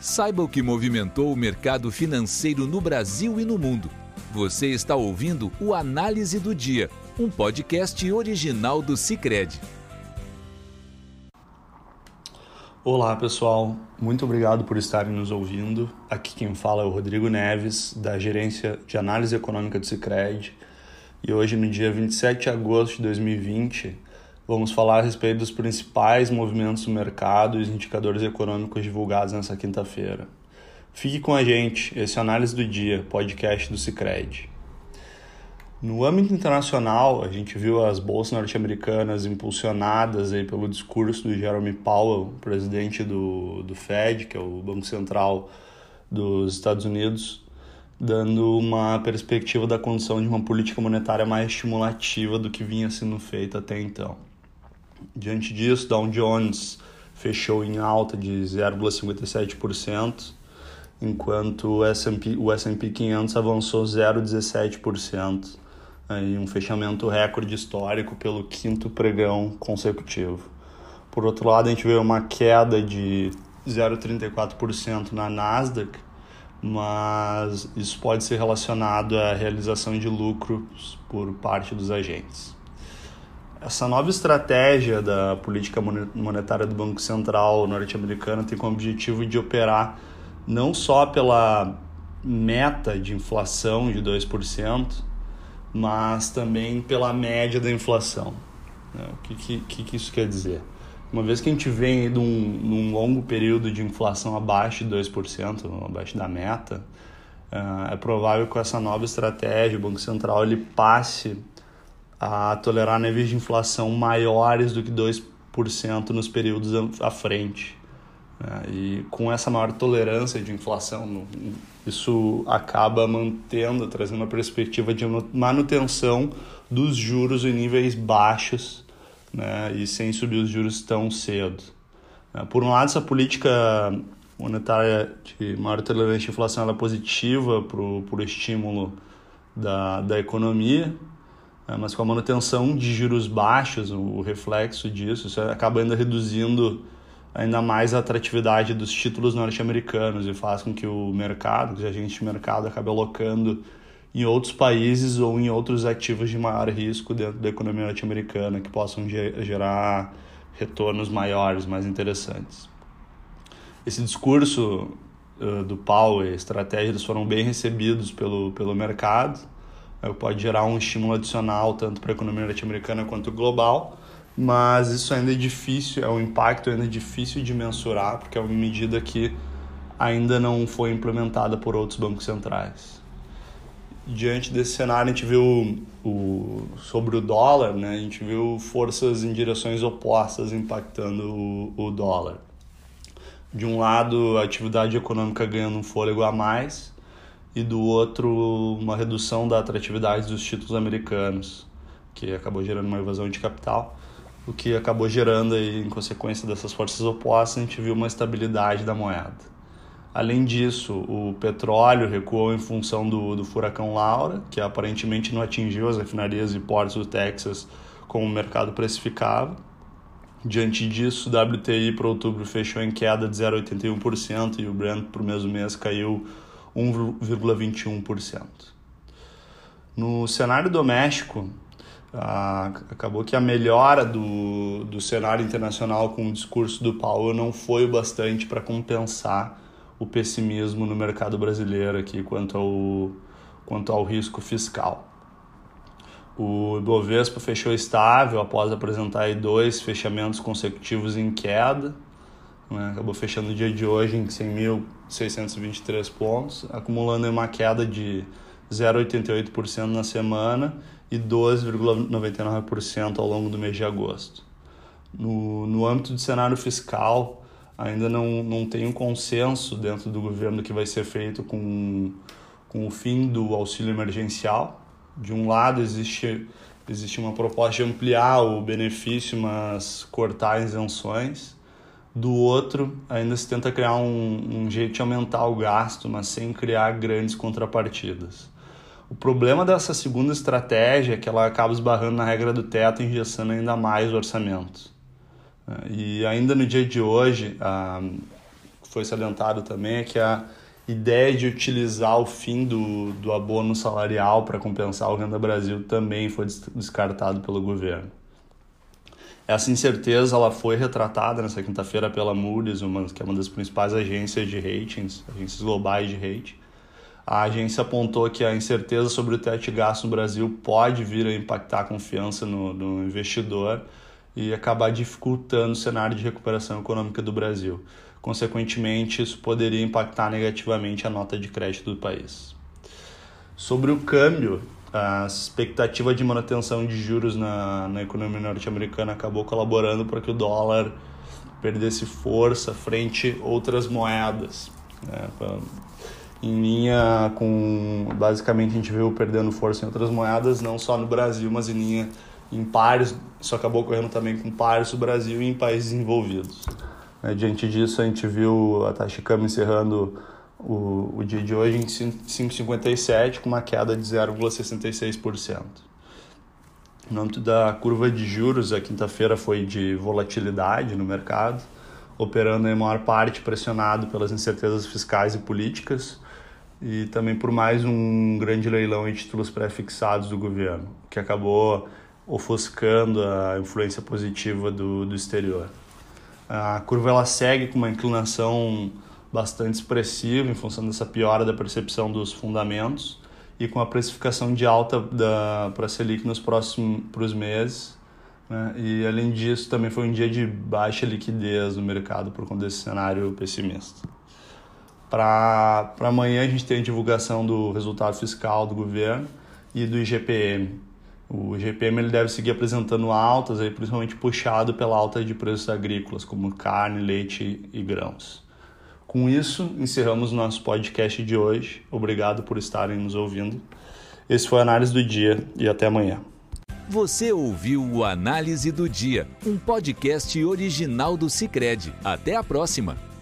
Saiba o que movimentou o mercado financeiro no Brasil e no mundo. Você está ouvindo o Análise do Dia, um podcast original do Sicredi. Olá pessoal, muito obrigado por estarem nos ouvindo. Aqui quem fala é o Rodrigo Neves, da Gerência de Análise Econômica do Sicredi. E hoje, no dia 27 de agosto de 2020, vamos falar a respeito dos principais movimentos do mercado e os indicadores econômicos divulgados nessa quinta-feira. Fique com a gente, esse é o Análise do Dia, podcast do Sicredi. No âmbito internacional, a gente viu as bolsas norte-americanas impulsionadas aí pelo discurso do Jerome Powell, presidente do Fed, que é o Banco Central dos Estados Unidos, dando uma perspectiva da condução de uma política monetária mais estimulativa do que vinha sendo feita até então. Diante disso, Dow Jones fechou em alta de 0,57%, enquanto o S&P 500 avançou 0,17%, aí um fechamento recorde histórico pelo quinto pregão consecutivo. Por outro lado, a gente vê uma queda de 0,34% na Nasdaq, mas isso pode ser relacionado à realização de lucros por parte dos agentes. Essa nova estratégia da política monetária do Banco Central norte-americano tem como objetivo de operar não só pela meta de inflação de 2%, mas também pela média da inflação. O que isso quer dizer? Uma vez que a gente vem num longo período de inflação abaixo de 2%, abaixo da meta, é provável que com essa nova estratégia o Banco Central ele passe a tolerar níveis de inflação maiores do que 2% nos períodos à frente. E com essa maior tolerância de inflação, isso acaba trazendo uma perspectiva de manutenção dos juros em níveis baixos, e sem subir os juros tão cedo. Por um lado, essa política monetária de maior tolerância de inflação ela é positiva para o estímulo da economia, mas com a manutenção de juros baixos, o reflexo disso, isso acaba ainda reduzindo ainda mais a atratividade dos títulos norte-americanos e faz com que o mercado, que os agentes de mercado acabem alocando em outros países ou em outros ativos de maior risco dentro da economia norte-americana que possam gerar retornos maiores, mais interessantes. Esse discurso do Powell e a estratégia eles foram bem recebidos pelo mercado, pode gerar um estímulo adicional tanto para a economia norte-americana quanto global, mas isso ainda é difícil, um impacto ainda difícil de mensurar, porque é uma medida que ainda não foi implementada por outros bancos centrais. Diante desse cenário, a gente viu sobre o dólar, a gente viu forças em direções opostas impactando o dólar. De um lado, a atividade econômica ganhando um fôlego a mais, e do outro, uma redução da atratividade dos títulos americanos, que acabou gerando uma evasão de capital, o que acabou gerando, aí, em consequência dessas forças opostas, a gente viu uma estabilidade da moeda. Além disso, o petróleo recuou em função do furacão Laura, que aparentemente não atingiu as refinarias e portos do Texas como o mercado precificava. Diante disso, o WTI para outubro fechou em queda de 0,81% e o Brent para o mesmo mês caiu 1,21%. No cenário doméstico, acabou que a melhora do cenário internacional com o discurso do Powell não foi o bastante para compensar o pessimismo no mercado brasileiro aqui quanto ao risco fiscal. O Ibovespa fechou estável após apresentar aí 2 fechamentos consecutivos em queda, acabou fechando o dia de hoje em 100.623 pontos, acumulando uma queda de 0,88% na semana e 12,99% ao longo do mês de agosto. No âmbito do cenário fiscal, ainda não tem um consenso dentro do governo do que vai ser feito com o fim do auxílio emergencial. De um lado, existe uma proposta de ampliar o benefício, mas cortar isenções. Do outro, ainda se tenta criar um jeito de aumentar o gasto, mas sem criar grandes contrapartidas. O problema dessa segunda estratégia é que ela acaba esbarrando na regra do teto e engessando ainda mais o orçamento. E ainda no dia de hoje, foi salientado também é que a ideia de utilizar o fim do abono salarial para compensar o Renda Brasil também foi descartado pelo governo. Essa incerteza ela foi retratada nessa quinta-feira pela Moody's, que é uma das principais agências de ratings, agências globais de rating. A agência apontou que a incerteza sobre o teto de gasto no Brasil pode vir a impactar a confiança no investidor e acabar dificultando o cenário de recuperação econômica do Brasil. Consequentemente, isso poderia impactar negativamente a nota de crédito do país. Sobre o câmbio, a expectativa de manutenção de juros na economia norte-americana acabou colaborando para que o dólar perdesse força frente a outras moedas, né? Em linha com, basicamente, a gente viu perdendo força em outras moedas, não só no Brasil, mas em linha em pares, isso acabou ocorrendo também com pares do Brasil e em países desenvolvidos. Diante disso, a gente viu a taxa de câmbio encerrando o dia de hoje em 5,57, com uma queda de 0,66%. No âmbito da curva de juros, a quinta-feira foi de volatilidade no mercado, operando em maior parte pressionado pelas incertezas fiscais e políticas e também por mais um grande leilão em títulos pré-fixados do governo, que acabou ofuscando a influência positiva do exterior. A curva ela segue com uma inclinação bastante expressiva em função dessa piora da percepção dos fundamentos e com a precificação de alta para a Selic nos próximos meses, né? E além disso também foi um dia de baixa liquidez no mercado por conta desse cenário pessimista. Para amanhã a gente tem a divulgação do resultado fiscal do governo e do IGPM. O IGPM ele deve seguir apresentando altas, aí, principalmente puxado pela alta de preços agrícolas, como carne, leite e grãos. Com isso, encerramos o nosso podcast de hoje. Obrigado por estarem nos ouvindo. Esse foi a Análise do Dia e até amanhã. Você ouviu o Análise do Dia, um podcast original do Sicredi. Até a próxima!